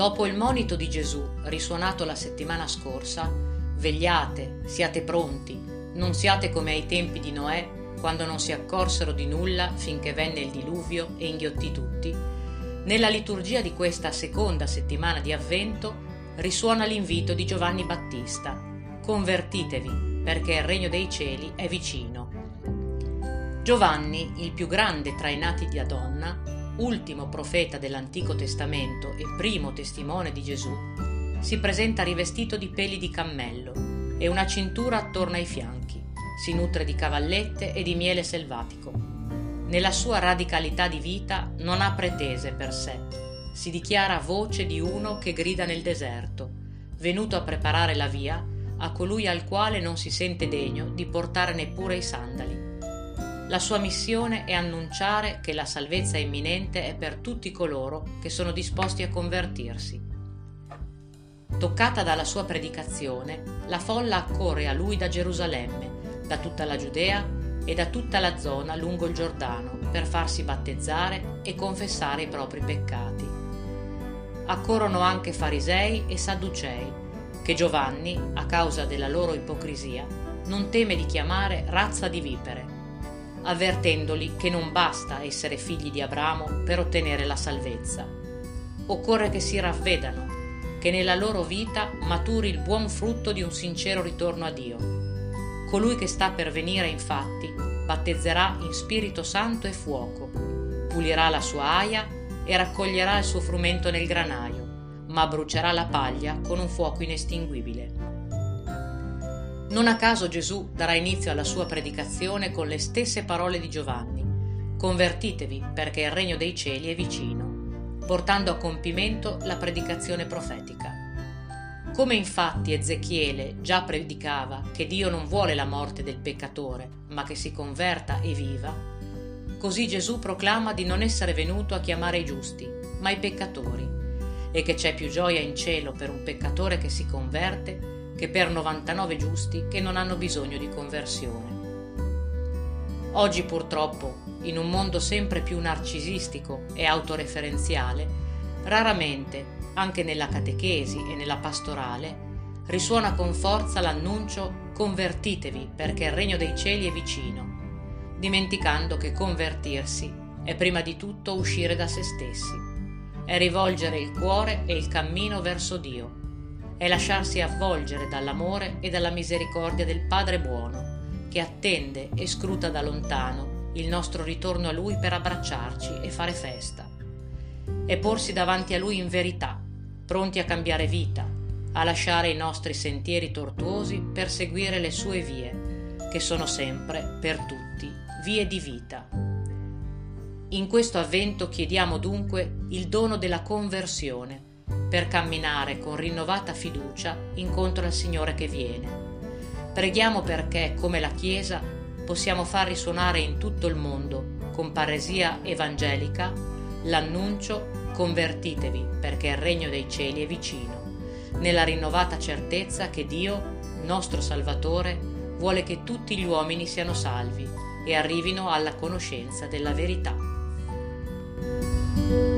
Dopo il monito di Gesù risuonato la settimana scorsa, vegliate, siate pronti, non siate come ai tempi di Noè, quando non si accorsero di nulla finché venne il diluvio e inghiottì tutti. Nella liturgia di questa seconda settimana di Avvento risuona l'invito di Giovanni Battista: convertitevi, perché il regno dei cieli è vicino. Giovanni, il più grande tra i nati da donna, ultimo profeta dell'Antico Testamento e primo testimone di Gesù, si presenta rivestito di peli di cammello e una cintura attorno ai fianchi, si nutre di cavallette e di miele selvatico. Nella sua radicalità di vita non ha pretese per sé, si dichiara voce di uno che grida nel deserto, venuto a preparare la via a colui al quale non si sente degno di portare neppure i sandali. La sua missione è annunciare che la salvezza imminente è per tutti coloro che sono disposti a convertirsi. Toccata dalla sua predicazione, la folla accorre a lui da Gerusalemme, da tutta la Giudea e da tutta la zona lungo il Giordano per farsi battezzare e confessare i propri peccati. Accorrono anche farisei e sadducei, che Giovanni, a causa della loro ipocrisia, non teme di chiamare razza di vipere, avvertendoli che non basta essere figli di Abramo per ottenere la salvezza. Occorre che si ravvedano, che nella loro vita maturi il buon frutto di un sincero ritorno a Dio. Colui che sta per venire, infatti, battezzerà in Spirito Santo e fuoco, pulirà la sua aia e raccoglierà il suo frumento nel granaio, ma brucerà la paglia con un fuoco inestinguibile. Non a caso Gesù darà inizio alla sua predicazione con le stesse parole di Giovanni: convertitevi, perché il regno dei cieli è vicino, portando a compimento la predicazione profetica. Come infatti Ezechiele già predicava che Dio non vuole la morte del peccatore, ma che si converta e viva, così Gesù proclama di non essere venuto a chiamare i giusti, ma i peccatori, e che c'è più gioia in cielo per un peccatore che si converte che per 99 giusti che non hanno bisogno di conversione. Oggi purtroppo, in un mondo sempre più narcisistico e autoreferenziale, raramente, anche nella catechesi e nella pastorale, risuona con forza l'annuncio «convertitevi perché il regno dei cieli è vicino», dimenticando che convertirsi è prima di tutto uscire da se stessi, è rivolgere il cuore e il cammino verso Dio, è lasciarsi avvolgere dall'amore e dalla misericordia del Padre buono, che attende e scruta da lontano il nostro ritorno a Lui per abbracciarci e fare festa. È porsi davanti a Lui in verità, pronti a cambiare vita, a lasciare i nostri sentieri tortuosi per seguire le sue vie, che sono sempre, per tutti, vie di vita. In questo avvento chiediamo dunque il dono della conversione, per camminare con rinnovata fiducia incontro al Signore che viene. Preghiamo perché, come la Chiesa, possiamo far risuonare in tutto il mondo, con paresia evangelica, l'annuncio «Convertitevi, perché il regno dei cieli è vicino», nella rinnovata certezza che Dio, nostro Salvatore, vuole che tutti gli uomini siano salvi e arrivino alla conoscenza della verità.